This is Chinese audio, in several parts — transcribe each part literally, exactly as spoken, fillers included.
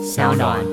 小暖。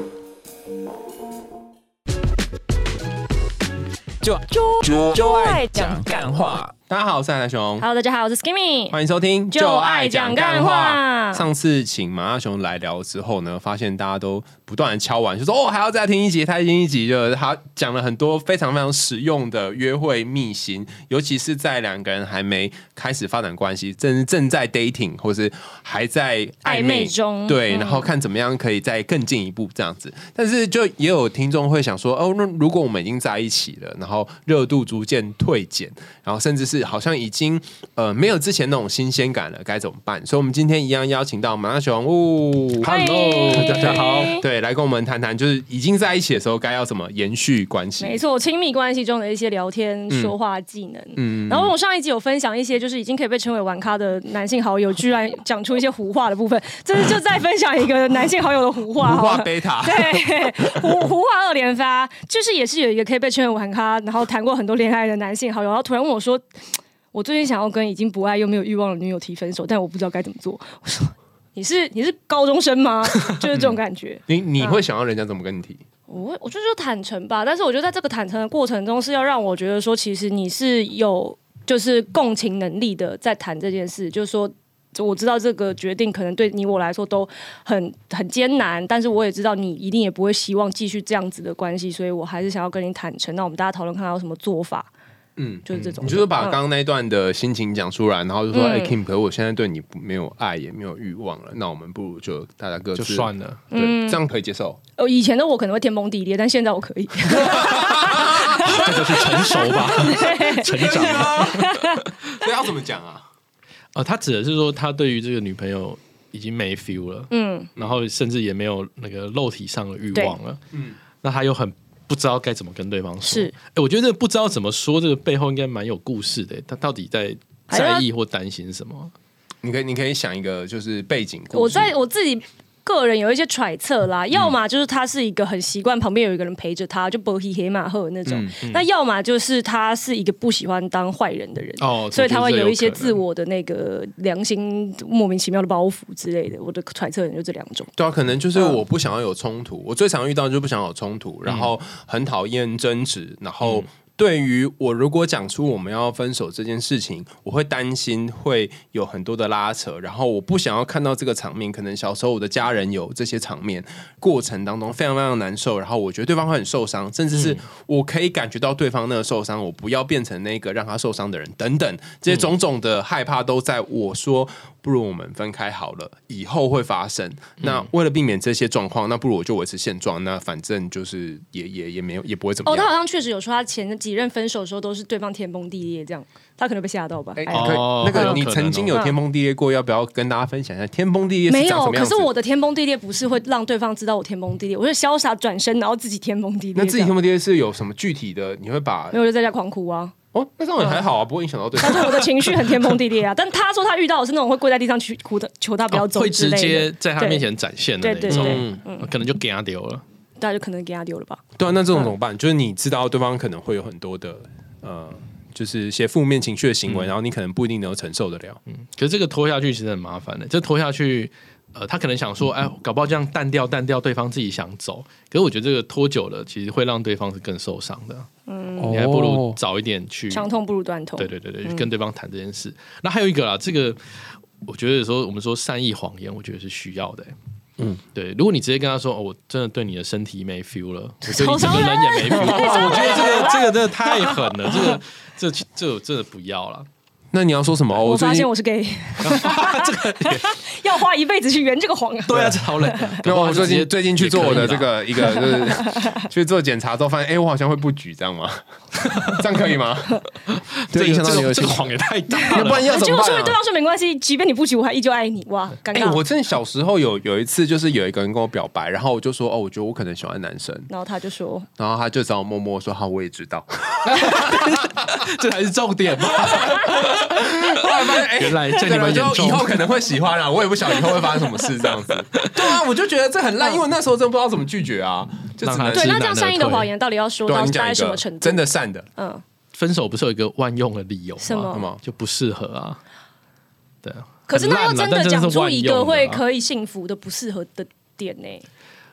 就就就爱讲干话。大家好，我是海南熊。 Hello， 大家好，我是 Skimmy。 欢迎收听就爱讲干话。 上次请马大熊来聊之后呢，发现大家都不断的敲完，就说哦还要再听一集，再听一集，就他讲了很多非常非常实用的约会秘辛，尤其是在两个人还没开始发展关系，正正在 dating 或是还在暧昧中， 对， 嗯、 然后看怎么样可以再更进一步这样子。但是就也有听众会想说，哦，那如果我们已经在一起了，然后热度逐渐退减，然后甚至是好像已经呃没有之前那种新鲜感了，该怎么办？所以我们今天一样邀请到马大熊哦 ，Hello， 大家好，对，来跟我们谈谈，就是已经在一起的时候该要怎么延续关系。 没错，亲密关系中的一些聊天、嗯、说话技能。 嗯， 然后我上一集有分享一些，就是已经可以被称为玩咖的男性好友，居然讲出一些胡话的部分，这是就再分享一个男性好友的胡话， 胡话贝塔， 对，胡胡话二连发，就是也是有一个可以被称为玩咖，然后谈过很多恋爱的男性好友，然后突然问我说。我最近想要跟已经不爱又没有欲望的女友提分手，但我不知道该怎么做。我说：“你是你是高中生吗？”就是这种感觉。 你你会想要人家怎么跟你提？ 我我就说坦诚吧，但是我觉得在这个坦诚的过程中，是要让我觉得说，其实你是有就是共情能力的，在谈这件事。就是说，我知道这个决定可能对你我来说都很很艰难，但是我也知道你一定也不会希望继续这样子的关系，所以我还是想要跟你坦诚。那我们大家讨论看看有什么做法。嗯，就是这种。 你就是把刚刚那一段的心情讲出来，然后就说：“哎、嗯欸、，Kim， 可是我现在对你没有爱，也没有欲望了，那我们不如就大家各自就算了。” 对、嗯，这样可以接受。 哦，以前的我可能会天崩地裂，但现在我可以。 这就是成熟吧，成长吧。 所以要怎么讲啊？ 哦，他指的是说，他对于这个女朋友已经没 feel 了，嗯，然后甚至也没有那个肉体上的欲望了，嗯，那他又很。不知道该怎么跟对方说，是，哎、欸，我觉得不知道怎么说，这个背后应该蛮有故事的。他到底在在意或担心什么？ 你可以，你可以想一个就是背景故事。 我在我自己个人有一些揣测啦，嗯、要么就是他是一个很习惯旁边有一个人陪着他，就波希黑马赫那种；嗯嗯、那要么就是他是一个不喜欢当坏人的人，哦，所以他会有一些自我的那个良心莫名其妙的包袱之类的。我的揣测就这两种。 对啊，可能就是我不想要有冲突，嗯、我最常遇到就是不想要有冲突，然后很讨厌争执，然后。嗯对于我，如果讲出我们要分手这件事情，我会担心会有很多的拉扯，然后我不想要看到这个场面。可能小时候我的家人有这些场面，过程当中非常非常难受，然后我觉得对方会很受伤，甚至是我可以感觉到对方那个受伤，我不要变成那个让他受伤的人，等等，这些种种的害怕都在我说不如我们分开好了，以后会发生。那为了避免这些状况，那不如我就维持现状。那反正就是也也也没有也不会怎么样。 哦，他好像确实有说他前几任分手的时候都是对方天崩地裂这样，他可能被吓到吧？ 哎、欸，哦、那个你曾经有天崩地裂过，要不要跟大家分享一下？天崩地裂是长什么样子？ 没有，可是我的天崩地裂不是会让对方知道我天崩地裂，我是潇洒转身，然后自己天崩地裂。 那自己天崩地裂是有什么具体的？你会把？ 没有，就在家狂哭啊。 哦，那这样也还好啊，不会影响到对方。 但是我的情绪很天崩地裂啊，但他说他遇到的是那种会跪在地上去哭的，求他不要走之类的， 会直接在他面前展现的那种， 对对对， 嗯，可能就给他丢了， 大家就可能给他丢了吧。 对啊，那这种怎么办？嗯、就是你知道对方可能会有很多的呃，就是一些负面情绪的行为，嗯、然后你可能不一定能够承受得了。 嗯，可是这个拖下去其实很麻烦的，这拖下去。呃，他可能想说，哎，搞不好这样淡掉淡掉，对方自己想走。可是我觉得这个拖久了，其实会让对方是更受伤的。嗯，你还不如早一点去， 长痛不如短痛。 对对对对，嗯、跟对方谈这件事。那还有一个啦，这个我觉得有时候我们说善意谎言，我觉得是需要的。嗯，对，如果你直接跟他说，哦，我真的对你的身体没 feel 了，我对你整个人也没 feel， 哇，我觉得这个这个真的太狠了，这个这这这真的不要了。 那你要说什么？ 我发现我是 gay， 这个要花一辈子去圆这个谎啊！ 对啊，超累。 因为我最近最近去做我的这个一个就是去做检查之后，发现哎、欸，我好像会不举，这样吗？这样可以吗？ 这影响到你的这个谎也太大了， 不然要怎么办、啊？ 结果对方说没关系，即便你不举，我还依旧爱你。哇，尴尬！ 欸、我真的小时候有有一次，就是有一个人跟我表白，然后我就说哦，我觉得我可能喜欢男生， 然后他就说， 然后他就找我默默说好，我也知道， 这才是重点吧。 欸、原来在你们眼中以后可能会喜欢啊，我也不晓得以后会发生什么事这样子。对啊，我就觉得这很烂，因为那时候真不知道怎么拒绝啊，就只能对。那这样善意的谎言到底要说到大概什么程度？ 真的善的， 嗯， 分手不是有一个万用的理由吗？ 什么？ 就不适合啊。对啊。 可是那要真的讲出一个会可以幸福的不适合的点呢、欸？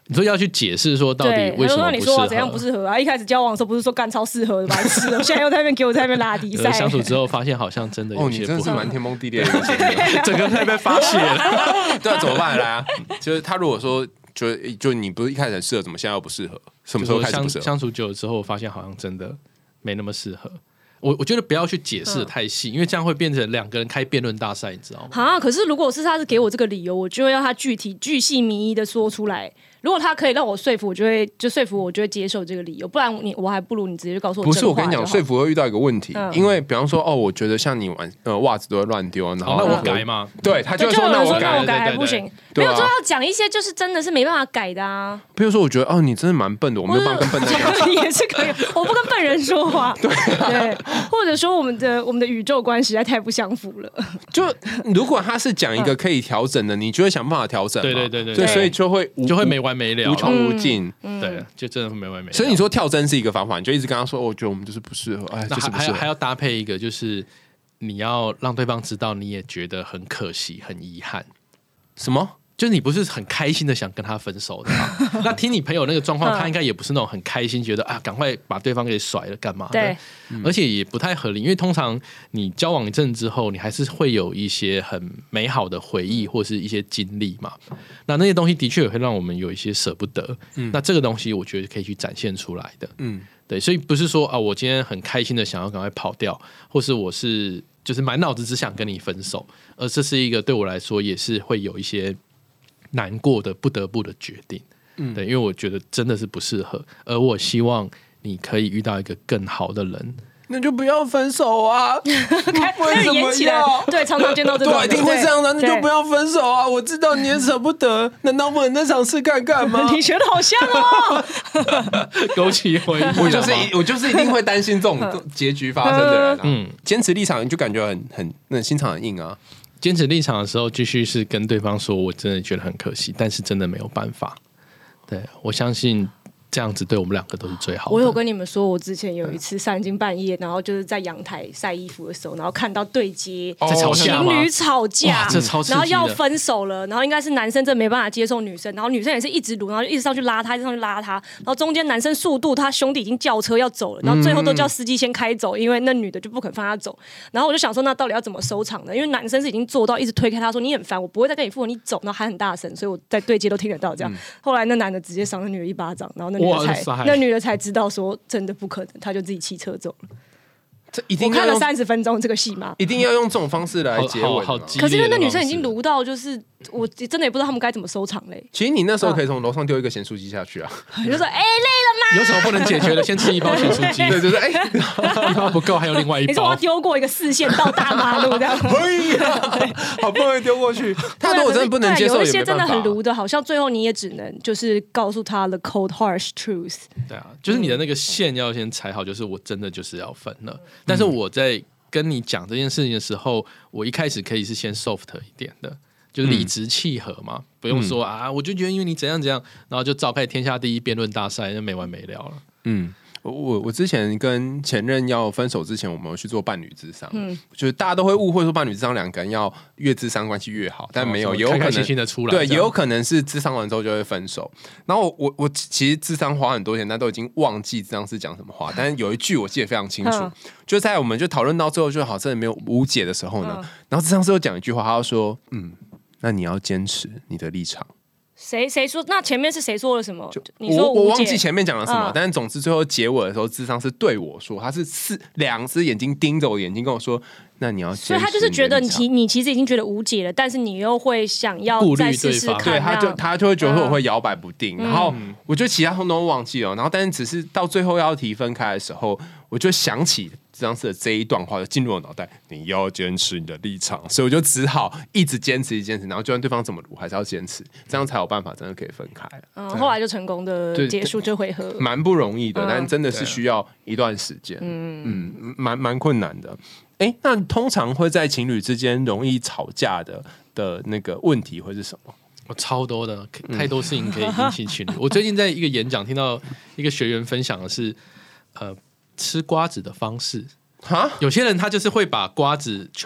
你说要去解释说到底为什么不适合？ 你说我怎样不适合啊？一开始交往的时候不是说干超适合的白痴的，现在又在那边给我在那边拉低赛。 相处之后发现好像真的有些不合， 哦，你真的是蛮天崩地裂的一个整个在被发泄了。 对啊，怎么办？来啊，就是他如果说就就你不是一开始很适合，怎么现在又不适合？什么时候开始不适合？ 相处久了之后，发现好像真的没那么适合。我我觉得不要去解释的太细，嗯、因为这样会变成两个人开辩论大赛，你知道吗？ 啊，可是如果是他是给我这个理由，我就会要他具体巨细靡遗的说出来。如果他可以让我说服，我就会就说服我，就会接受这个理由。不然你我还不如你直接就告诉我。 不是，我跟你讲，说服会遇到一个问题，嗯、因为比方说，哦，我觉得像你玩呃袜子都会乱丢，然后、 哦、那我改嘛？ 对，他就会说那我改， 那我改还不行。没有说要讲一些就是真的是没办法改的啊。 比如说，我觉得哦，你真的蛮笨的，我没有办法跟笨蛋讲， 也是可以。我不跟笨人说话，对对，或者说我们的我们的宇宙观实在太不相符了。 就如果他是讲一个可以调整的，你就会想办法调整。 对对对对， 对，所以就会就会没完没了， 无穷无尽。 对，就真的没完没了。 所以你说跳针是一个方法，你就一直跟他说，我觉得我们就是不适合，哎，就是不适合。 还要搭配一个，就是你要让对方知道，你也觉得很可惜、很遗憾。 什么？ 就是你不是很开心的想跟他分手的嘛？那听你朋友那个状况，他应该也不是那种很开心，觉得啊，赶快把对方给甩了，干嘛的？ 对， 而且也不太合理，因为通常你交往一阵之后，你还是会有一些很美好的回忆或是一些经历嘛。那那些东西的确也会让我们有一些舍不得。嗯，那这个东西我觉得可以去展现出来的。嗯，对，所以不是说啊，我今天很开心的想要赶快跑掉，或是我是就是满脑子只想跟你分手，而这是一个对我来说也是会有一些难过的不得不的决定。嗯，对，因为我觉得真的是不适合，而我希望你可以遇到一个更好的人。 那就不要分手啊！为什么要？ 对，常常见到这种， 对，一定会这样的。那就不要分手啊！我知道你也舍不得，难道不能再尝试看看吗？ 你学的好像哦， 勾起回忆。 我就是我就是一定会担心这种结局发生的人、啊。嗯，坚持立场你就感觉很很那心肠很硬啊。 坚持立场的时候，继续是跟对方说，我真的觉得很可惜，但是真的没有办法。对，我相信这样子对我们两个都是最好的。 我有跟你们说，我之前有一次三更半夜，然后就是在阳台晒衣服的时候，然后看到对街在吵架吗？ 情侣吵架， 这超刺激的， 然后要分手了，然后应该是男生真的没办法接受女生，然后女生也是一直撸，然后就一直上去拉他，一直上去拉他，然后中间男生速度，他兄弟已经叫车要走了，然后最后都叫司机先开走，因为那女的就不肯放他走。然后我就想说，那到底要怎么收场呢？因为男生是已经做到一直推开他说你很烦，我不会再跟你复合，你走，然后喊很大声，所以我在对街都听得到这样。嗯、后来那男的直接赏那女的一巴掌，然后那女的才那女的才知道说真的不可能，他就自己骑车走了。 这一定我看了三十分钟这个戏嘛， 一定要用这种方式来结尾。 可是因为那女生已经撸到，就是我真的也不知道他们该怎么收场嘞。 其实你那时候可以从楼上丢一个咸酥鸡下去啊， 你就说哎、欸、累了吗？ 有什么不能解决的？先吃一包咸酥鸡， 对对对，哎、 欸，一包不够，还有另外一包。 你说我丢过一个视线到大马路这样， 可以啊，好不容易丢过去。他如果真的不能接受， 有一些真的很撸的，好像最后你也只能就是告诉他 the cold harsh truth。 对啊，就是你的那个线要先踩好，就是我真的就是要分了，但是我在跟你讲这件事情的时候，我一开始可以是先 soft 一点的，就是理直气和嘛，嗯、不用说啊，我就觉得因为你怎样怎样，然后就召开天下第一辩论大赛，就没完没了了。嗯， 我我之前跟前任要分手之前，我们有去做伴侣諮商，嗯，就是大家都会误会说伴侣諮商两个人要越諮商关系越好，但没有，也有可能开开心心的出来， 对，也有可能是諮商完之后就会分手。然后我我我其实諮商花很多钱，但都已经忘记諮商是讲什么话，但是有一句我记得非常清楚，嗯、就在我们就讨论到最后就好真的没有无解的时候呢，嗯、然后諮商师又讲一句话，他就说，嗯，那你要坚持你的立场。 谁谁说？那前面是谁说了什么？你说 我, 我忘记前面讲了什么，嗯、但是总之最后结尾的时候，諮商是对我说，他是四两只眼睛盯着我的眼睛跟我说：“那你要坚持。” 所以他就是觉得你你其实已经觉得无解了，但是你又会想要再试试看， 对，他就他就会觉得说我会摇摆不定，嗯、然后我就其他通通都忘记了，然后但是只是到最后要提分开的时候，我就想起諮商师的这一段话就进入我脑袋，你要坚持你的立场，所以我就只好一直坚持，一直坚持，然后就算对方怎么撸，还是要坚持，这样才有办法真的可以分开。 嗯，后来就成功的结束这回合， 蛮不容易的，嗯、但真的是需要一段时间，嗯嗯，蛮蛮困难的。哎，那通常会在情侣之间容易吵架的的那个问题会是什么？ 我超多的，太多事情可以引起情侣。我最近在一个演讲听到一个学员分享的是，呃。吃瓜子的方式哈，有些人他就是会把瓜子全部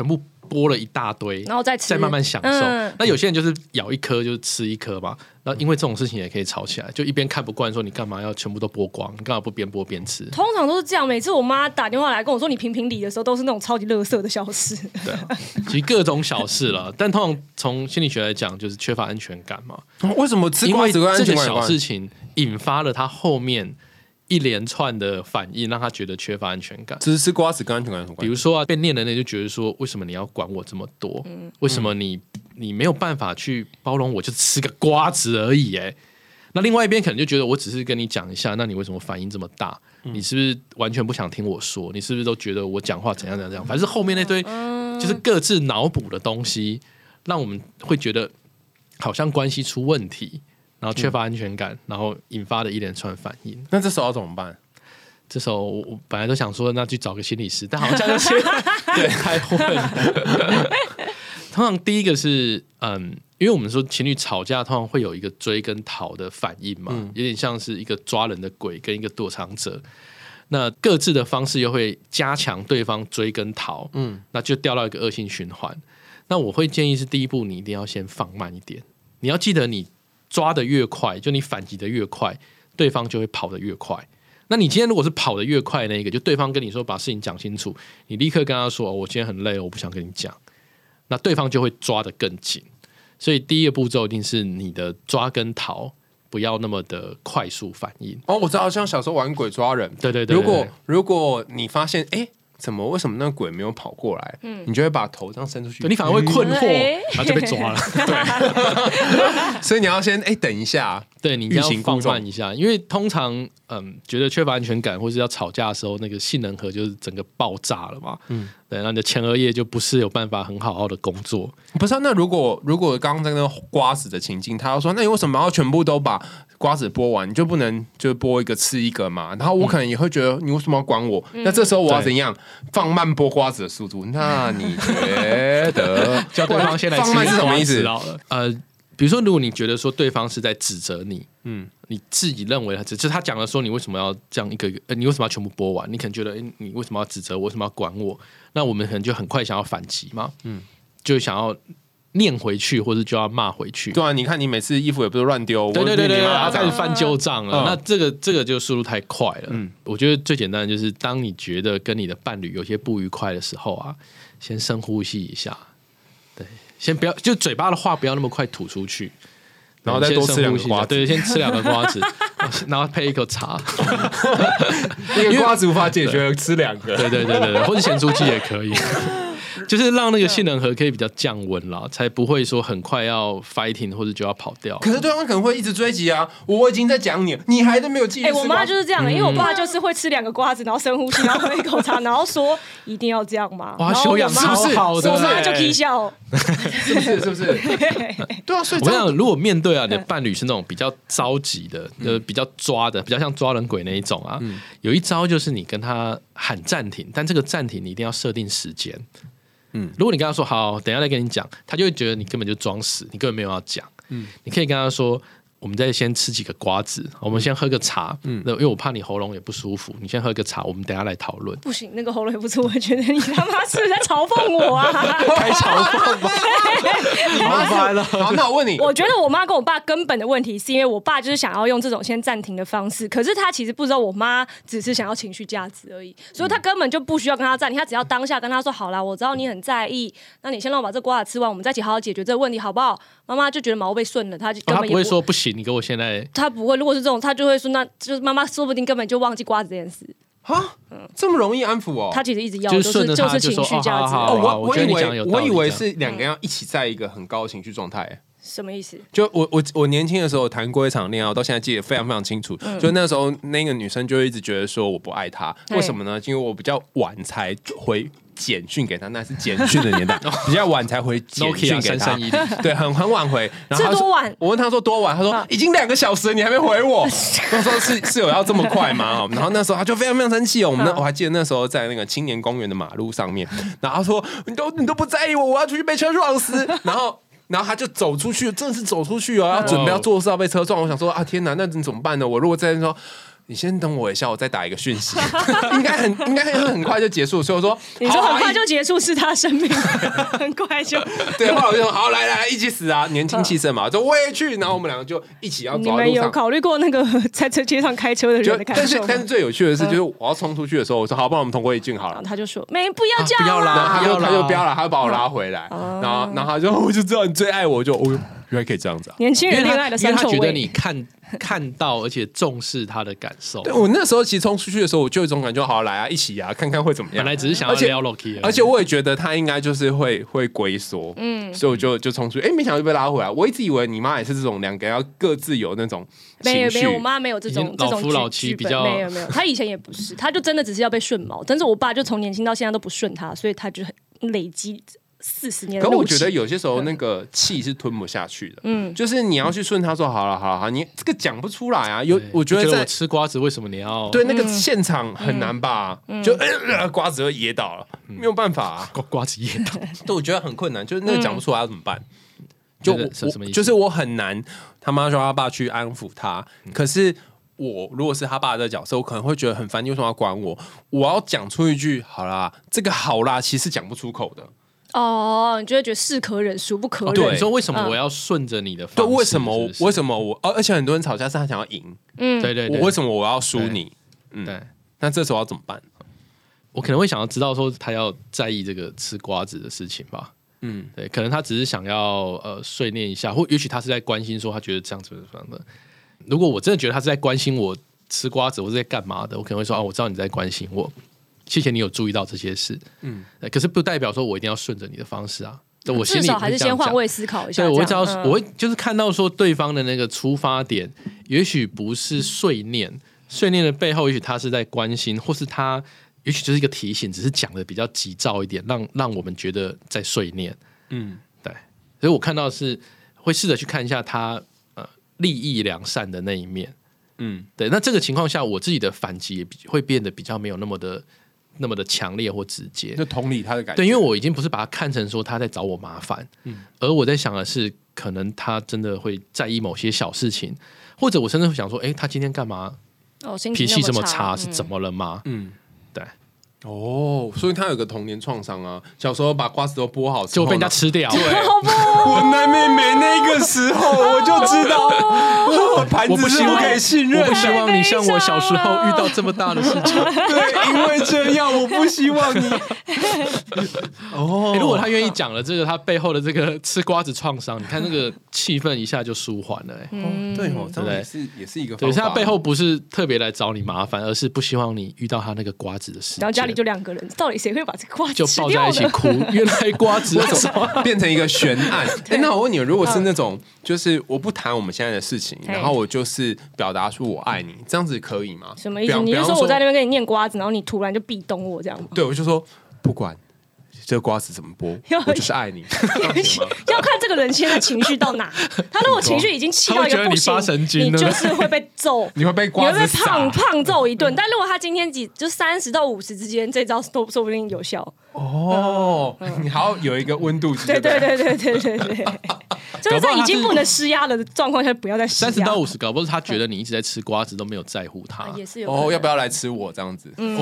剥了一大堆， 然后再吃， 再慢慢享受。 嗯、 那有些人就是咬一颗就是吃一颗嘛，那因为这种事情也可以吵起来，就一边看不惯说你干嘛要全部都剥光，你干嘛不边剥边吃？ 通常都是这样，每次我妈打电话来跟我说你评评理的时候，都是那种超级垃圾的小事。 对、啊，其实各种小事了，但通常从心理学来讲，就是缺乏安全感嘛。 为什么吃瓜子跟安全感？因为这个小事情引发了他后面一连串的反应，让他觉得缺乏安全感。 只是吃瓜子跟安全感有什么关系？ 比如说啊，被念的人就觉得说，为什么你要管我这么多？嗯、为什么你你没有办法去包容我，就吃个瓜子而已？哎，那另外一边可能就觉得，我只是跟你讲一下，那你为什么反应这么大？嗯、你是不是完全不想听我说？你是不是都觉得我讲话怎样怎样怎样？反正后面那堆就是各自脑补的东西，让我们会觉得好像关系出问题。然后缺乏安全感，嗯、然后引发的一连串反应。 那这时候要怎么办？ 这时候我本来都想说，那去找个心理师，但好像就是对太混了。通常第一个是，嗯，因为我们说情侣吵架，通常会有一个追跟逃的反应嘛，嗯、有点像是一个抓人的鬼跟一个躲藏者。那各自的方式又会加强对方追跟逃，嗯，那就掉到一个恶性循环。那我会建议是，第一步你一定要先放慢一点，你要记得你。抓得越快，就你反击得越快，对方就会跑得越快。那你今天如果是跑得越快那一个，就对方跟你说把事情讲清楚，你立刻跟他说、哦、我今天很累，我不想跟你讲，那对方就会抓得更紧。所以第一个步骤一定是你的抓跟逃不要那么的快速反应。 哦，我知道，像小时候玩鬼抓人， 对对 对, 对, 对, 对， 如果如果你发现哎。怎么？为什么那个鬼没有跑过来？嗯、你就会把头这样伸出去， 你反而会困惑，嗯、然后就被抓了。 对，所以你要先哎、欸、等一下， 对，你要放慢一下，因为通常嗯觉得缺乏安全感或是要吵架的时候，那个性能核就是整个爆炸了嘛。嗯，对，那你的前额叶就不是有办法很好好的工作。 不是、啊，那如果如果刚刚在那个瓜子的情境，他要说，那你为什么要全部都把瓜子剥完？你就不能就剥一个吃一个嘛？然后我可能也会觉得，你为什么要管我？嗯、那这时候我要怎样？放慢剥瓜子的速度，那你觉得叫对方先来吃放慢是什么意思？ 呃，比如说，如果你觉得说对方是在指责你，嗯，你自己认为他只是他讲了说你为什么要这样一个一个、呃，你为什么要全部剥完？你可能觉得，哎，你为什么要指责我？为什么要管我？那我们可能就很快想要反击嘛，嗯，就想要念回去，或者就要骂回去。 对啊，你看你每次衣服也不是乱丢， 对对对对，然后开始翻旧账了。嗯、那这个这个就速度太快了。嗯，我觉得最简单的就是，当你觉得跟你的伴侣有些不愉快的时候啊，先深呼吸一下，对，先不要就嘴巴的话不要那么快吐出去， 然后再多吃两个瓜子， 对，先吃两个瓜子，然后配一口茶。 一个瓜子无法解决，吃两个， 对对对对对，或者咸酥鸡也可以。就是让那个性能核可以比较降温啦，才不会说很快要 fighting 或者就要跑掉。 可是对方可能会一直追击啊！我已经在讲你，你还是没有继续吃。 哎、欸，我妈就是这样、欸，因为我爸就是会吃两个瓜子，然后深呼吸，然后喝一口茶，然后说一定要这样吗？ 哇，修养超好的， 我妈就啼笑， 是不是？是不是？对啊，所以我想，如果面对啊，你的伴侣是那种比较着急的，呃，比较抓的，比较像抓人鬼那一种啊，嗯、有一招就是你跟他喊暂停，但这个暂停你一定要设定时间。嗯，如果你跟他说好，等一下再跟你讲，他就会觉得你根本就装死，你根本没有要讲。嗯，你可以跟他说，我们再先吃几个瓜子，我们先喝个茶。嗯，因为我怕你喉咙也不舒服，你先喝个茶，我们等一下来讨论。 不行，那个喉咙也不舒服，我觉得你他妈是不是在嘲讽我啊？ 开嘲讽吧，麻烦了。 好，那我问你， 我觉得我妈跟我爸根本的问题是因为我爸就是想要用这种先暂停的方式，可是他其实不知道我妈只是想要情绪价值而已，所以他根本就不需要跟他暂停，他只要当下跟他说好啦，我知道你很在意，那你先让我把这瓜子吃完，我们再一起好好解决这个问题，好不好？妈妈就觉得毛被顺了，他就根本也不、 哦、他不会说不行，你给我现在， 他不会。如果是这种，他就会说，那就是妈妈说不定根本就忘记瓜子这件事。 哈，嗯、这么容易安抚哦？ 他其实一直要， 就是顺着他就是情绪价值。 哦，我我以为我以为是两个人要一起在一个很高的情绪状态。 什么意思？ 就我我我年轻的时候谈过一场恋爱，我到现在记得非常非常清楚。嗯、就那时候那个女生就一直觉得说我不爱她，为什么呢？因为我比较晚才回简讯给她，那是简讯的年代，比较晚才回简讯给她，对，很很晚回。然后是多晚？ 我问她说多晚，她说、啊、已经两个小时了，你还没回我。我说是是有要这么快吗？然后那时候她就非常非常生气哦。我们那我还记得那时候在那个青年公园的马路上面，然后说你都你都不在意我，我要出去被车撞死，然后。然后他就走出去，真的是走出去哦，要准备要做事要被车撞。我想说啊，天哪，那你怎么办呢？我如果在那说， 你先等我一下，我再打一个讯息，应该很应该很快就结束。所以我说， 你说很快就结束是他生命，很快就对。后来我就说，好，来来来，一起死啊！年轻气盛嘛，就我也去，然后我们两个就一起要走在路上。 你们有考虑过那个在这街上开车的人的感受吗？ 但是但是最有趣的是，就是我要冲出去的时候，我说好，帮我们通过一郡好了。 他就说没不要这样啦， 他就他就不要了，他就把我拉回来，然后然后他就我就知道你最爱我，就哦。原来可以这样子啊！ 年轻人恋爱的三臭味， 因为他觉得你看看到，而且重视他的感受。 对我那时候其实冲出去的时候，我就有一种感觉，好来啊，一起啊，看看会怎么样。 本来只是想要撩 Loki， 而且我也觉得他应该就是会会龟缩，嗯，所以我就就冲出去，哎、欸，没想到就被拉回来。我一直以为你妈也是这种两个人要各自有那种情绪， 没有没有，我妈没有这种老夫老妻比较没有没有，她以前也不是，她就真的只是要被顺毛，但是我爸就从年轻到现在都不顺她，所以她就很累积。四十年的， 可我觉得有些时候那个气是吞不下去的，嗯，就是你要去顺他说好了好了好，你这个讲不出来啊。有我觉得在我吃瓜子为什么你要对那个现场很难吧？嗯、就、呃、瓜子会噎到了，嗯、没有办法啊， 瓜瓜子噎到， 对，我觉得很困难，就是那个讲不出来要怎么办？嗯、就我什么意思？ 就是我很难，他妈说他爸去安抚他，嗯、可是。我如果是他爸的角色，我可能会觉得很烦，你为什么要管我？我要讲出一句好啦，这个好啦，其实讲不出口的。 哦，你就会觉得是可忍孰不可忍。 对， 你说为什么我要顺着你的方式？ 对，为什么？ 是是为什么我？而且很多人吵架是他想要赢。 嗯， 对对对。 我为什么我要输你？嗯， 对。 那这时候要怎么办？ 我可能会想要知道说他要在意这个吃瓜子的事情吧。嗯，对，可能他只是想要呃碎念一下，或也许他是在关心说他觉得这样子这样的。如果我真的觉得他是在关心我吃瓜子，我是在干嘛的，我可能会说啊，我知道你在关心我，谢谢你有注意到这些事。嗯，可是不代表说我一定要顺着你的方式啊。对我心里至少还是先换位思考一下。 对，我会知道，嗯、我会就是看到说对方的那个出发点，也许不是碎念，碎念的背后，也许他是在关心，或是他也许就是一个提醒，只是讲的比较急躁一点，让让我们觉得在碎念。嗯，对，所以我看到的是会试着去看一下他呃利益良善的那一面。嗯，对，那这个情况下，我自己的反击也会变得比较没有那么的。那么的强烈或直接， 就同理他的感觉。 对，因为我已经不是把他看成说他在找我麻烦，嗯，而我在想的是，可能他真的会在意某些小事情，或者我甚至会想说，哎、欸，他今天干嘛？ 哦， 脾气这么差， 嗯、 是怎么了吗？嗯，对。 哦，所以他有个童年创伤啊，小时候把瓜子都剥好之后， 就被人家吃掉。 对，我男妹妹那个时候我就知道，哦、盘子是不可以信任。 我不希望你像我小时候遇到这么大的事情。 对，因为这样，我不希望你。 哦、欸，如果他愿意讲了这个他背后的这个吃瓜子创伤，你看那个气氛一下就舒缓了、欸。 嗯，对哦，这也是也是一个方法。 对，他背后不是特别来找你麻烦，而是不希望你遇到他那个瓜子的事情。 然后家里就两个人，到底谁会把这个瓜子就抱在一起哭？原来瓜子怎么变成一个悬案？哎、欸，那我问你，如果是那种，就是我不谈我们现在的事情，然后我就是表达出我爱你，这样子可以吗？ 什么意思？你是说我在那边跟你念瓜子，然后你突然就壁咚我这样吗？ 对，我就说不管。这个瓜子怎么剥，我就是爱你。 要看这个人现在情绪到哪。他如果情绪已经气到一个不行，你, 你就是会被揍， 你会被瓜子你会被胖胖揍一顿。但如果他今天几就三十到五十之间，这招都说不定有效。 哦，嗯、你还要有一个温度计。 对对对对对对对。就是在已经不能施压的状况下，不要再施压。 三十到五十，搞不好他觉得你一直在吃瓜子，都没有在乎他。 也是有哦，要不要来吃我这样子？嗯，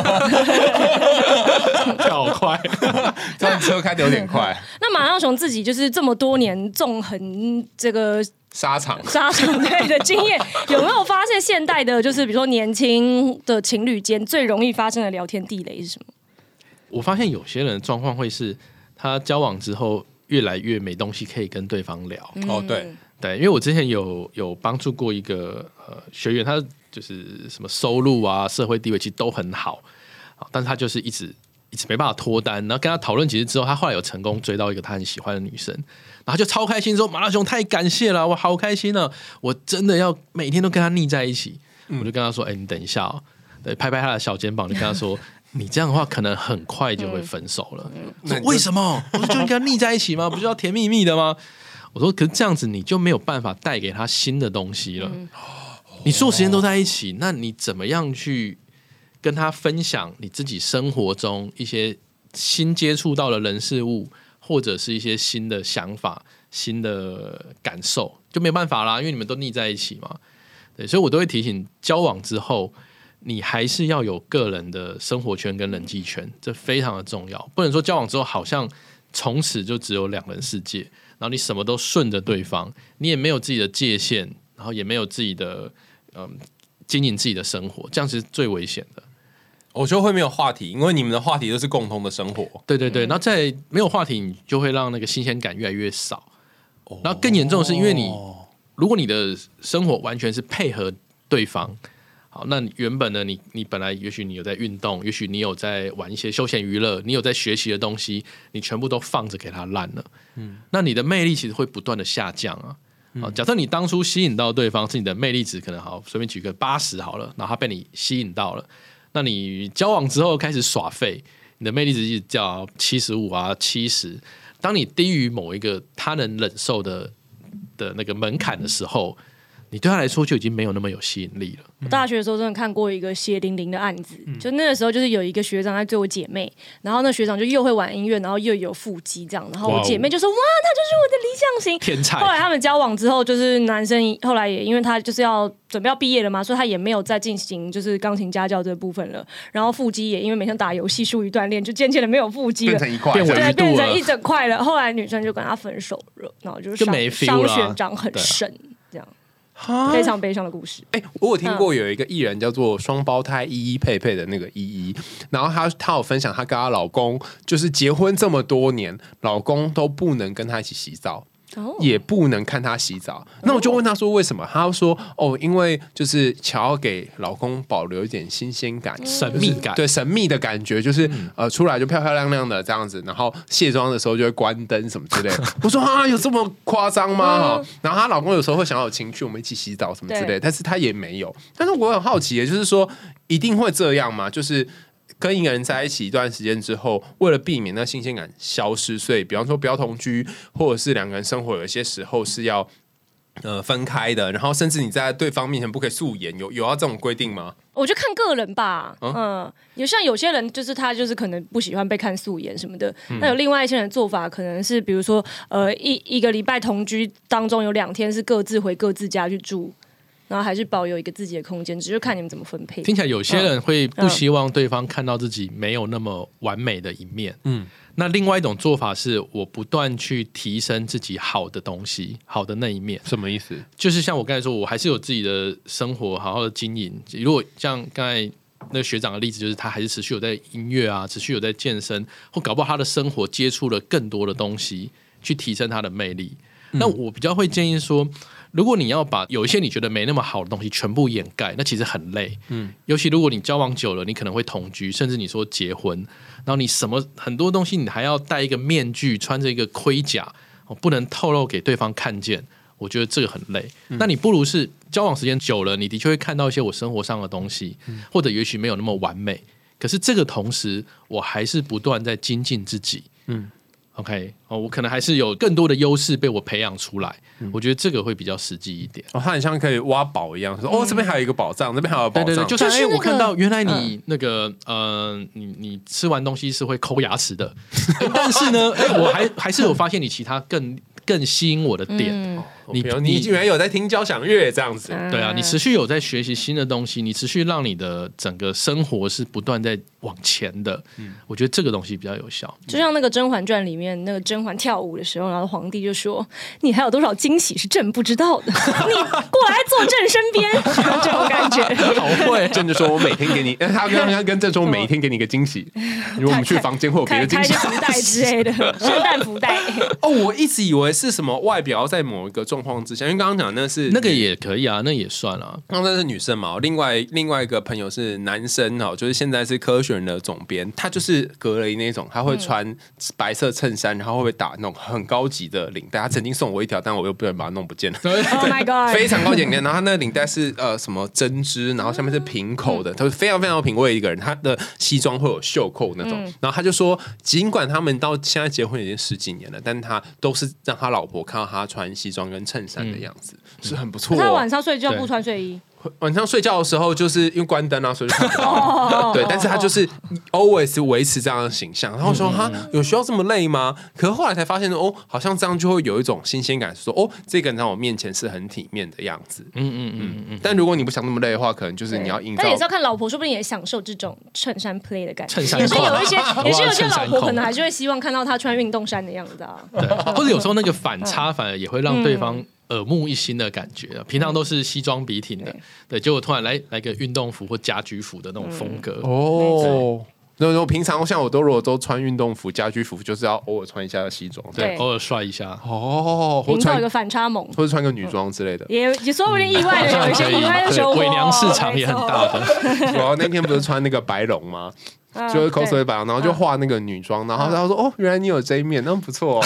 跳好快。 这样车开的有点快。 那马亮雄自己就是这么多年纵横这个沙场沙场对的经验，有没有发现现代的，就是比如说年轻的情侣间最容易发生的聊天地雷是什么？ 我发现有些人的状况会是他交往之后越来越没东西可以跟对方聊。 嗯、哦，对对，因为我之前有有帮助过一个呃学员，他就是什么收入啊、社会地位其实都很好，但是他就是一直。一直没办法脱单，然后跟他讨论几次之后，他后来有成功追到一个他很喜欢的女生，然后就超开心说：“马拉松太感谢了，我好开心啊！我真的要每天都跟他腻在一起。嗯”我就跟他说：“哎、欸，你等一下哦。”对，拍拍他的小肩膀，就跟他说：“你这样的话，可能很快就会分手了。嗯”说为什么？我说就应该腻在一起吗？不是要甜蜜蜜的吗？我说可是这样子你就没有办法带给他新的东西了。嗯、你所有时间都在一起，那你怎么样去？跟他分享你自己生活中一些新接触到的人事物，或者是一些新的想法、新的感受，就没有办法啦，因为你们都腻在一起嘛。 对，所以我都会提醒，交往之后你还是要有个人的生活圈跟人际圈，这非常的重要。不能说交往之后好像从此就只有两人世界，然后你什么都顺着对方，你也没有自己的界限，然后也没有自己的嗯经营自己的生活，这样是最危险的。 我觉得会没有话题，因为你们的话题都是共同的生活。 对对对，然后在没有话题，你就会让那个新鲜感越来越少。哦、然后更严重的是，因为你如果你的生活完全是配合对方，好，那原本呢，你你本来也许你有在运动，也许你有在玩一些休闲娱乐，你有在学习的东西，你全部都放着给他烂了。嗯，那你的魅力其实会不断的下降啊。好，假设你当初吸引到对方是你的魅力值可能好，随便举个八十好了，然后他被你吸引到了。那你交往之后开始耍废，你的魅力值一直叫七十五啊七十，当你低于某一个他能忍受的的那个门槛的时候，你对他来说就已经没有那么有吸引力了。 我大学的时候真的看过一个血淋淋的案子，嗯、就那个时候就是有一个学长在追我姐妹，然后那学长就又会玩音乐，然后又有腹肌这样，然后我姐妹就说哇，他就是我的理想型天才。 后来他们交往之后，就是男生后来也因为他就是要准备要毕业了嘛，所以他也没有再进行就是钢琴家教这部分了，然后腹肌也因为每天打游戏疏于锻炼，就渐渐的没有腹肌了， 变成一块， 对，变成一整块了。后来女生就跟他分手了，然后就伤伤学长很深，这样。非常悲伤的故事。 哎、欸，我有听过有一个艺人叫做双胞胎依依佩佩的那个依依，然后她她有分享，她跟她老公就是结婚这么多年，老公都不能跟她一起洗澡。Oh. 也不能看她洗澡，那我就问她说为什么？她说哦，因为就是想要给老公保留一点新鲜感、 神秘感， 对神秘的感觉，就是、嗯、呃出来就漂漂亮亮的这样子，然后卸妆的时候就会关灯什么之类的。我说啊，有这么夸张吗？嗯、然后她老公有时候会想要有情趣，我们一起洗澡什么之类的，但是他也没有。但是我很好奇的就是说，一定会这样吗？就是跟一个人在一起一段时间之后，为了避免那新鲜感消失，所以比方说不要同居，或者是两个人生活有一些时候是要呃分开的，然后甚至你在对方面前不可以素颜，有有要这种规定吗？ 我就看个人吧，嗯，嗯有像有些人就是他就是可能不喜欢被看素颜什么的，嗯、那有另外一些人做法可能是比如说呃一一个礼拜同居当中有两天是各自回各自家去住。然后还是保有一个自己的空间，只是看你们怎么分配。 听起来有些人会不希望对方看到自己没有那么完美的一面。嗯，那另外一种做法是我不断去提升自己好的东西，好的那一面。 什么意思？ 就是像我刚才说，我还是有自己的生活，好好的经营。如果像刚才那个学长的例子，就是他还是持续有在音乐啊，持续有在健身，或搞不好他的生活接触了更多的东西，去提升他的魅力。嗯、那我比较会建议说，如果你要把有一些你觉得没那么好的东西全部掩盖，那其实很累。嗯，尤其如果你交往久了，你可能会同居，甚至你说结婚，然后你什么很多东西你还要戴一个面具，穿着一个盔甲，不能透露给对方看见。我觉得这个很累。嗯、那你不如是交往时间久了，你的确会看到一些我生活上的东西，嗯、或者也许没有那么完美。可是这个同时，我还是不断在精进自己。嗯。OK， 哦，我可能还是有更多的优势被我培养出来，嗯、我觉得这个会比较实际一点。 哦，它很像可以挖宝一样，说、嗯、哦，这边还有一个宝藏，这边还有宝藏。 对对对，就是哎、欸，我看到原来你那个、嗯、呃，你你吃完东西是会抠牙齿的，但是呢，哎、欸，我还还是有发现你其他更更吸引我的点。嗯、 你你居然有在听交响乐这样子？ 对啊，你持续有在学习新的东西，你持续让你的整个生活是不断在往前的。嗯，我觉得这个东西比较有效。 就像那个《甄嬛传》里面。那个甄嬛跳舞的时候，然后皇帝就说：“你还有多少惊喜是朕不知道的？你过来坐朕身边。”这种感觉， 好会。 朕就说：“我每天给你。”他刚刚跟朕说：“我每一天给你一个惊喜。”如果我们去房间会有别的惊喜， 开福袋之类的，圣诞福袋。 哦，我一直以为是什么外表在某一个状况之下，因为刚刚讲那是那个也可以啊，那也算啊。 刚刚那是女生嘛，另外另外一个朋友是男生哦，就是现在是科学人的总编，他就是格雷那种，他会穿白色衬衫。然后会不会打那种很高级的领带？他曾经送我一条，但我又不能把它弄不见了。 Oh my god！ 非常高级的领带，然后他那个领带是呃什么针织，然后下面是平口的，他是非常非常有品味的一个人。他的西装会有袖扣那种，嗯、然后他就说，尽管他们到现在结婚已经十几年了，但他都是让他老婆看到他穿西装跟衬衫的样子，嗯、是很不错、哦。 他晚上睡觉不穿睡衣。 晚上睡觉的时候，就是因为关灯啊，所以就看不到。对，但是他就是 always 维持这样的形象。然后说哈，有需要这么累吗？可是后来才发现哦，好像这样就会有一种新鲜感，说哦，这个人在我面前是很体面的样子。嗯嗯嗯嗯。但如果你不想那么累的话，可能就是你要营造。 但也是要看老婆，说不定也享受这种衬衫 play 的感觉。 衬衫也是有一些，也是有些老婆可能还是会希望看到他穿运动衫的样子啊。 对，或者有时候那个反差反而也会让对方耳目一新的感觉。平常都是西装笔挺的，对，结果突然来来个运动服或家居服的那种风格。 哦。那种平常像我都如果都穿运动服、家居服，就是要偶尔穿一下西装， 对，偶尔帅一下哦， 营造一个反差萌， 或者穿个女装之类的， 也也说不定意外的有一些意外的收获。 伪娘市场也很大的。 我那天不是穿那个白龙吗？就是 cosplay 白龙，然后就画那个女装，然后他说：“哦，原来你有这一面，那不错。”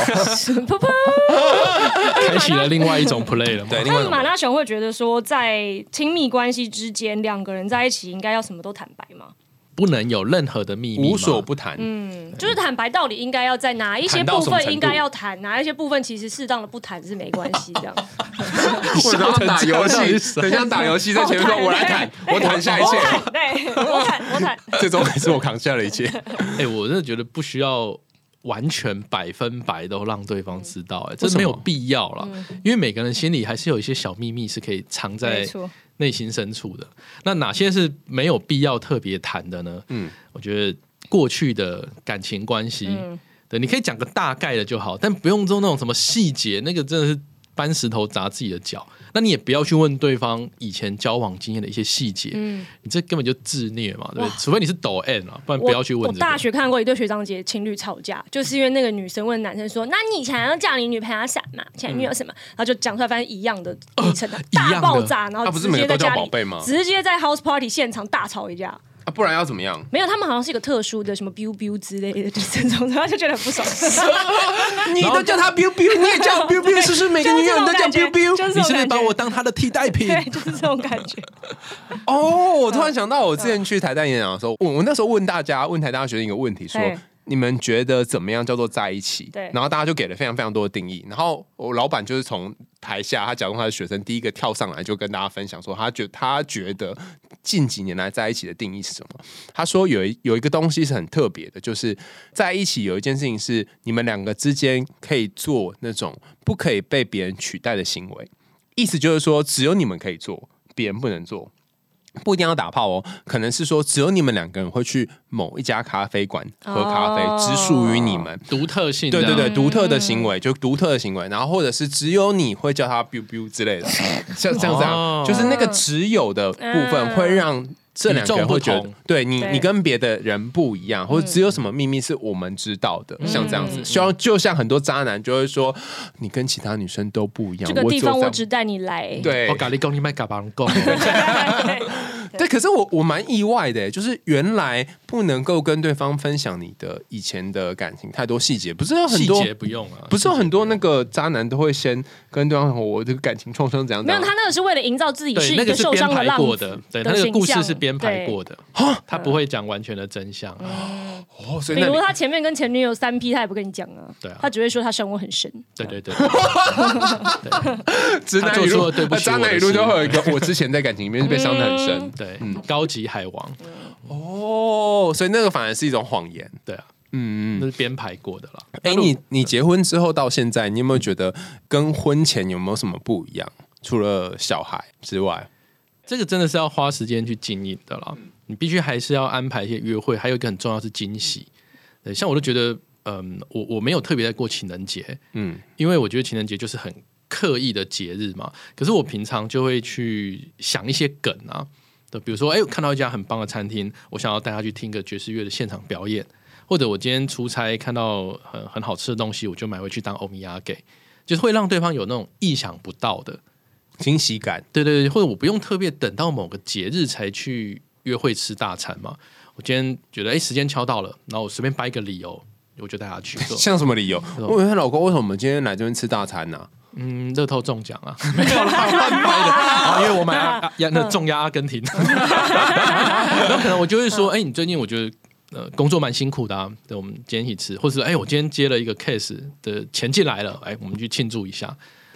开启了另外一种 play 了。 对， 那马拉熊会觉得说，在亲密关系之间，两个人在一起应该要什么都坦白吗？ 不能有任何的秘密， 无所不谈。 嗯，就是坦白到底应该要在哪一些部分应该要谈，哪一些部分其实适当的不谈是没关系这样。 我想要打游戏，很像打游戏，在前面说我来谈，我谈下一切， 对，我谈我谈， 最终还是我扛下了一切。 哎，我真的觉得不需要完全百分百都让对方知道，哎，这没有必要啦，因为每个人心里还是有一些小秘密是可以藏在内心深处的。那哪些是没有必要特别谈的呢？嗯，我觉得过去的感情关系，嗯、对，你可以讲个大概的就好，但不用做那种什么细节，那个真的是搬石头砸自己的脚。那你也不要去问对方以前交往经验的一些细节，嗯，你这根本就自虐嘛，对不对？除非你是抖 M 啊，不然不要去问、這個。 我大学看过一对学长姐情侣吵架，就是因为那个女生问男生说：“那你想要叫你女朋友什么？前女友什么？”然后就讲出来，发现一样的历程，呃、大爆炸，然后直接在家里，直接在 house party 现场大吵一架。 啊，不然要怎么样？ 没有，他们好像是一个特殊的什么 biu biu 之类的，就是这种，然后就觉得很不爽。 你都叫他 biu biu， 你也叫 biu biu， 是不是每个女人都叫 biu biu？ 你是不是把我当他的替代品？ 对，就是这种感觉。 哦，我突然想到，我之前去台大演讲的时候，我我那时候问大家，问台大学生一个问题，说你们觉得怎么样叫做在一起？对，然后大家就给了非常非常多的定义，然后我老板就是从台下，他假装他的学生，第一个跳上来就跟大家分享说，他觉他觉得近几年来在一起的定义是什么？他说有一有一个东西是很特别的，就是在一起有一件事情是你们两个之间可以做那种不可以被别人取代的行为，意思就是说只有你们可以做，别人不能做。不一定要打炮哦，可能是说只有你们两个人会去某一家咖啡馆喝咖啡，哦、只属于你们独特性的， 对对对，独特的行为，就独特的行为。然后或者是只有你会叫他 biu biu 之类的，像像这样，哦、就是那个只有的部分会让这两个人会觉得，对你你跟别的人不一样，或者只有什么秘密是我们知道的，嗯、像这样子。希望就像很多渣男就会说，你跟其他女生都不一样， 这个地方我只带你来。 对， 我跟你讲，你别跟别人讲。 对，可是我我蛮意外的，就是原来不能够跟对方分享你的以前的感情太多细节，不是有很多细节不用啊， 不是有很多那个渣男都会先跟对方说我这个感情创伤怎样怎样。 没有，他那个是为了营造自己是一个受伤的浪子的， 对，那个故事是编排过的，他不会讲完全的真相。 嗯、哦，所以比如他前面跟前女友三 P， 他也不跟你讲啊， 对啊， 他只会说他伤我很深。 对对对， 直男语录，渣男语录就会有一个，我之前在感情里面被伤得很深， 对，嗯，高级海王。 哦，所以那个反而是一种谎言， 对啊，嗯，那是编排过的啦。 哎、欸，你你结婚之后到现在，你有没有觉得跟婚前有没有什么不一样？除了小孩之外， 这个真的是要花时间去经营的啦。你必须还是要安排一些约会，还有一个很重要是惊喜。对，像我都觉得，嗯，我我没有特别在过情人节，嗯，因为我觉得情人节就是很刻意的节日嘛。可是我平常就会去想一些梗啊。比如说，哎、欸，看到一家很棒的餐厅，我想要带他去听个爵士乐的现场表演，或者我今天出差看到很很好吃的东西，我就买回去当欧米亚给，就是会让对方有那种意想不到的惊喜感。 对对对，或者我不用特别等到某个节日才去约会吃大餐嘛。我今天觉得，哎、欸，时间敲到了，然后我随便掰一个理由，我就带他去。 像什么理由？我问老公，为什么我们今天来这边吃大餐呢、啊？ 嗯，乐透中奖啊，没有啦，乱拍的。啊、因为我买阿那中压阿根廷，然后可能我就会说，哎、欸，你最近我觉得呃工作蛮辛苦的啊，对，我们今天一起吃，或者是哎、欸，我今天接了一个 case 的钱进来了，哎、欸，我们去庆祝一下。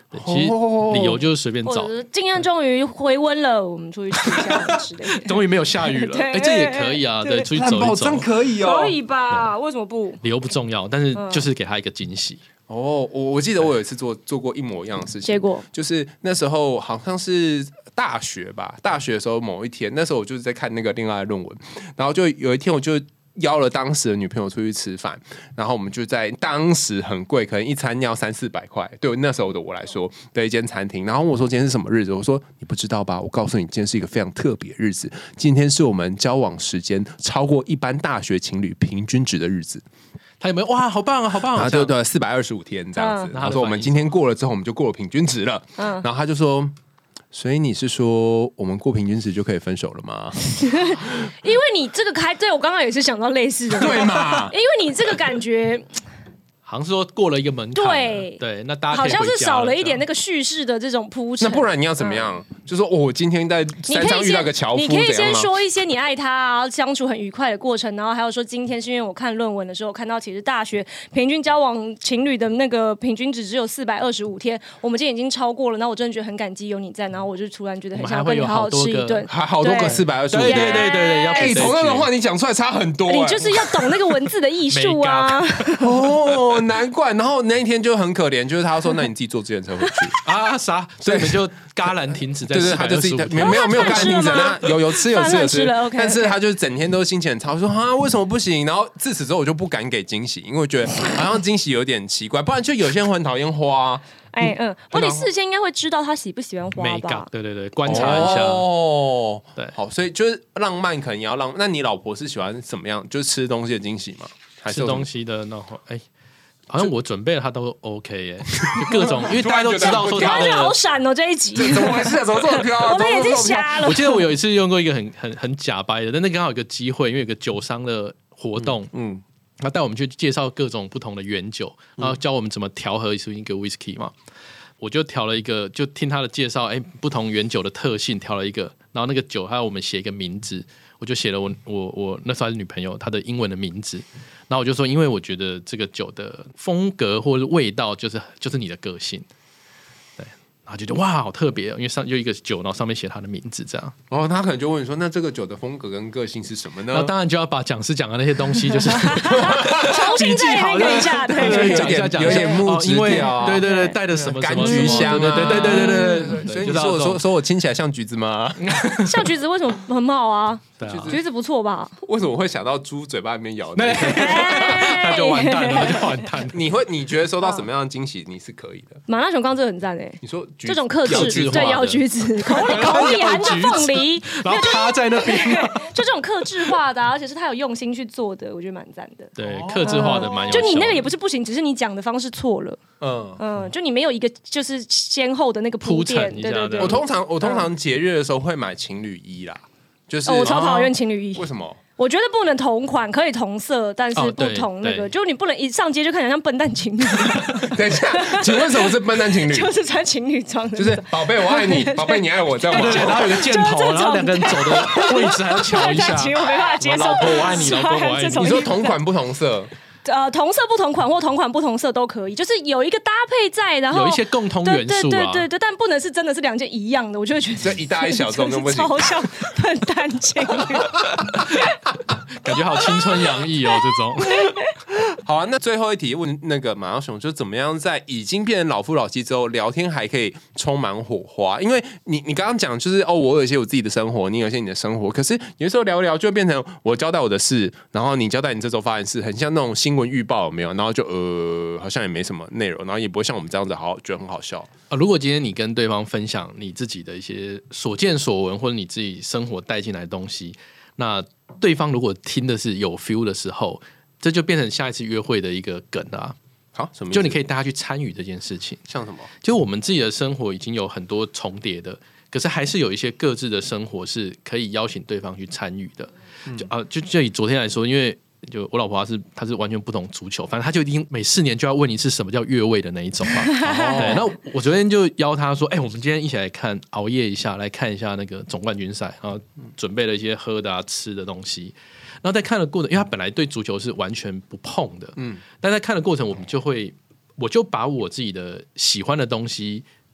对，其实理由就是随便找， 今天终于回温了，我们出去吃一下之类的。 终于没有下雨了，哎、欸，这也可以啊，对，出去走一走， 真可以哦， 可以吧？为什么不？ 理由不重要，但是就是给他一个惊喜。 嗯、哦，我我记得我有一次做做过一模一样的事情， 结果就是那时候好像是大学吧，大学的时候某一天，那时候我就是在看那个恋爱论文，然后就有一天我就邀了当时的女朋友出去吃饭，然后我们就在当时很贵，可能一餐要三四百块，对那时候的我来说的一间餐厅。然后我说今天是什么日子？我说你不知道吧？我告诉你，今天是一个非常特别的日子。今天是我们交往时间超过一般大学情侣平均值的日子。 他有没有哇？好棒啊，好棒啊！ 然后就对四百二十五天这样子。嗯、他说我们今天过了之后，我们就过了平均值了。嗯、然后他就说。所以你是说我们过平均值就可以分手了吗？ 因为你这个开，对我刚刚也是想到类似的， 对嘛？ 因为你这个感觉。 好像是说过了一个门槛， 对对，那大家好像是少了一点那个叙事的这种铺陈。 那不然你要怎么样？嗯、就说我、哦、今天在山上遇到个樵夫， 你可以先说一些你爱他啊，相处很愉快的过程，然后还有说今天是因为我看论文的时候看到，其实大学平均交往情侣的那个平均值只有四百二十五天，我们今天已经超过了，那我真的觉得很感激有你在，然后我就突然觉得很想跟你好好吃一顿， 还好多个四百二十五天， 对对对对对，要哎，同样的话你讲出来差很多、欸， 你就是要懂那个文字的艺术啊。 哦，难怪，然后。那一天就很可怜，就是他说：“那你自己坐自行车回去啊？啥？所以你们就戛然停止在对对，他就自己没有没有没有戛然停止，那有有吃有吃有吃，但是他就是整天都心情很差，说啊为什么不行？然后自此之后我就不敢给惊喜，因为我觉得好像惊喜有点奇怪，不然就有些人会很讨厌花。 哎嗯，不过你事先应该会知道他喜不喜欢花吧？ 对对对，观察一下哦。 对， 好，所以就是浪漫可能也要浪。那你老婆是喜欢什么样？就是吃东西的惊喜吗？还是吃东西的那种？哎。好像我准备了，他都 OK 耶，就各种，因为大家都知道说他的好闪哦这一集， 怎么回事？怎么这么飘？ 我的眼睛瞎了。 我记得我有一次用过一个很很很假掰的，但那刚好有个机会，因为有个酒商的活动，嗯，他带我们去介绍各种不同的原酒，然后教我们怎么调和出一个 whisky 嘛。我就调了一个，就听他的介绍，哎，不同原酒的特性，调了一个，然后那个酒还有我们写一个名字。我就写了我我我那时候还是女朋友她的英文的名字，然后我就说，因为我觉得这个酒的风格或者味道就是就是你的个性，对，然后就觉得哇好特别，因为上就一个酒，然后上面写她的名字这样， 然后他可能就问你说，那这个酒的风格跟个性是什么呢？ 然后当然就要把讲师讲的那些东西就是重新再那个一下， 对，讲一下讲有点木质调， 对对对，带的什么柑橘香，对对对对对对，所以你说我说说我听起来像橘子吗？ 像橘子为什么很好啊？橘子不错吧？ 为什么会想到猪嘴巴里面咬的？ 那就完蛋了，那就完蛋了。 你会你觉得收到什么样的惊喜你是可以的？ 马拉熊刚这很赞哎， 你说这种克制，对，咬橘子，口里口里含着凤梨， 然后趴在那边， 就这种克制化的，而且是他有用心去做的，我觉得蛮赞的。 对，克制化的蛮有。 就你那个也不是不行，只是你讲的方式错了。嗯嗯，就你没有一个就是先后的那个铺垫。对对对。 我通常我通常节日的时候会买情侣衣啦。就是、 哦、我超讨厌情侣衣， 为什么？ 我觉得不能同款，可以同色，但是不同那个，哦、就你不能一上街就看起来像笨蛋情侣。 等一下，请问什么是笨蛋情侣？ 就是穿情侣装的， 就是宝贝我爱你，宝贝你爱我，这样吗？ 然后有个箭头，然后两个人走的位置还要瞧一下。 我没办法接受， 老婆我爱你，老公我爱你。 你说同款不同色？ 呃，同色不同款或同款不同色都可以，就是有一个搭配在，然后有一些共通元素、啊， 对对对对，但不能是真的是两件一样的，我就会觉得这一大一小众都不行， 超像笨蛋情侣， 感觉好青春洋溢哦，这种。 好啊，那最后一题问那个马耀雄，就怎么样在已经变成老夫老妻之后，聊天还可以充满火花？因为你你刚刚讲就是哦，我有一些我自己的生活，你有一些你的生活，可是有时候聊一聊就变成我交代我的事，然后你交代你这周发生事，很像那种新闻预报有没有？然后就呃，好像也没什么内容，然后也不会像我们这样子好觉得很好笑啊。如果今天你跟对方分享你自己的一些所见所闻，或者你自己生活带进来的东西，那对方如果听的是有 feel 的时候，这就变成下一次约会的一个梗啊。 好，什么意思？ 就你可以带他去参与这件事情， 像什么？ 就我们自己的生活已经有很多重叠的，可是还是有一些各自的生活是可以邀请对方去参与的。嗯、就啊，就就以昨天来说，因为就我老婆她是她是完全不懂足球，反正她就一定每四年就要问一次什么叫越位的那一种嘛。对，那我昨天就邀她说，哎、欸，我们今天一起来看，熬夜一下来看一下那个总冠军赛，然后准备了一些喝的啊、吃的东西。然后在看的过程，因为他本来对足球是完全不碰的，嗯，但在看的过程，我们就会，我就把我自己的喜欢的东西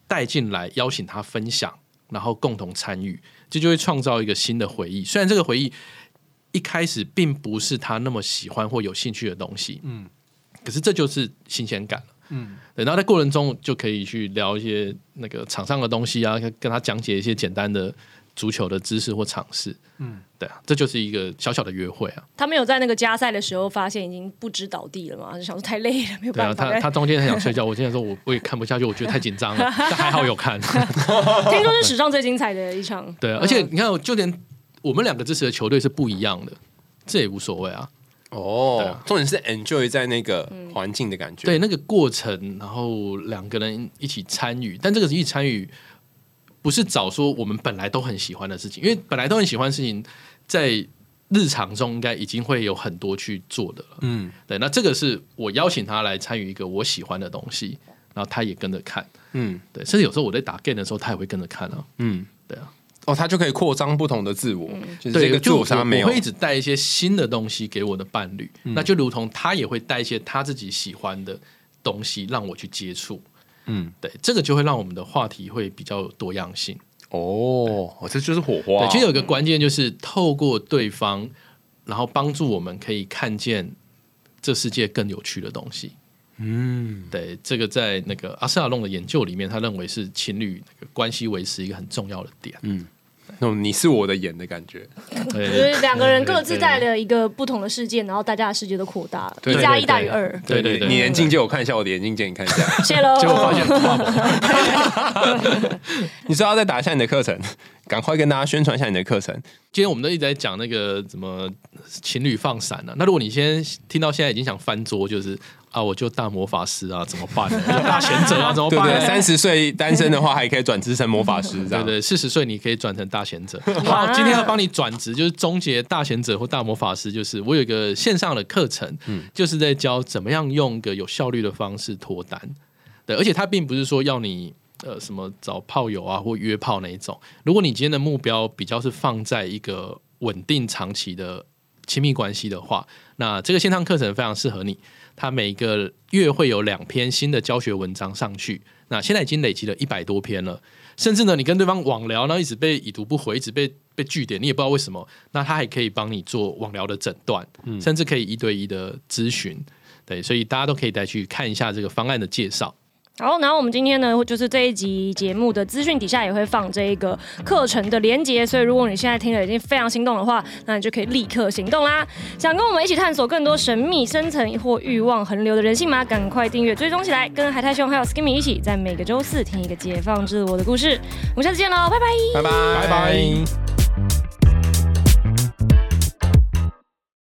带进来，邀请他分享，然后共同参与，这就会创造一个新的回忆。虽然这个回忆一开始并不是他那么喜欢或有兴趣的东西，嗯，可是这就是新鲜感了。嗯，对，然后在过程中就可以去聊一些那个场上的东西啊，跟他讲解一些简单的足球的知识或常识。嗯，对啊，这就是一个小小的约会啊。 他们有在那个加赛的时候发现已经不知倒地了嘛，就想说太累了，没有办法。 对啊，他他中间很想睡觉，我今天说我我也看不下去，我觉得太紧张了，但还好有看。听说是史上最精彩的一场。 对啊，而且你看，就连我们两个支持的球队是不一样的，这也无所谓啊。 哦，啊、重点是 enjoy 在那个环境的感觉， 对那个过程，然后两个人一起参与，但这个一起参与不是找说我们本来都很喜欢的事情，因为本来都很喜欢的事情，在日常中应该已经会有很多去做的了。嗯，对，那这个是我邀请他来参与一个我喜欢的东西，然后他也跟着看。嗯，对，甚至有时候我在打 game 的时候，他也会跟着看啊。嗯，对啊。 哦，他就可以扩张不同的自我，嗯、就是这个自我他没有。 我会一直带一些新的东西给我的伴侣，嗯、那就如同他也会带一些他自己喜欢的东西让我去接触。嗯，对，这个就会让我们的话题会比较有多样性。 哦，这就是火花、啊。 对，其实有一个关键就是透过对方，然后帮助我们可以看见这世界更有趣的东西。嗯，对，这个在那个阿斯亚隆的研究里面，他认为是情侣那个关系维持一个很重要的点。嗯。 那种你是我的眼的感觉， 就是两个人各自在了一个不同的世界，然后大家的世界都扩大了，一加一大于二。 对对对， 你眼镜借我看一下，我的眼镜借你看一下。 谢喽。 结果发现你知道再打一下你的课程，赶快跟大家宣传一下你的课程。 今天我们都一直在讲那个怎么情侣放闪啊，那如果你先听到现在已经想翻桌，就是啊，我就大魔法师啊，怎么办呢？就大贤者啊，怎么办？ 对对，三十岁单身的话，还可以转职成魔法师，这样。 对对，四十岁你可以转成大贤者。好，今天要帮你转职，就是终结大贤者或大魔法师。就是我有一个线上的课程，嗯，就是在教怎么样用一个有效率的方式脱单。对，而且它并不是说要你呃什么找炮友啊或约炮那一种。如果你今天的目标比较是放在一个稳定长期的亲密关系的话，那这个线上课程非常适合你。它每个月会有两篇新的教学文章上去，那现在已经累积了一百多篇了。甚至呢，你跟对方网聊，然后一直被已读不回，一直被被句点，你也不知道为什么。那他还可以帮你做网聊的诊断，嗯、甚至可以一对一的咨询。对，所以大家都可以再去看一下这个方案的介绍。 好，然后我们今天呢，就是这一集节目的资讯底下也会放这一个课程的连结，所以如果你现在听了已经非常心动的话，那你就可以立刻行动啦！想跟我们一起探索更多神秘、深层或欲望横流的人性吗？赶快订阅追踪起来，跟海苔熊还有 Skimmy 一起，在每个周四听一个解放自我的故事。我们下次见喽，拜拜， 拜拜，拜拜。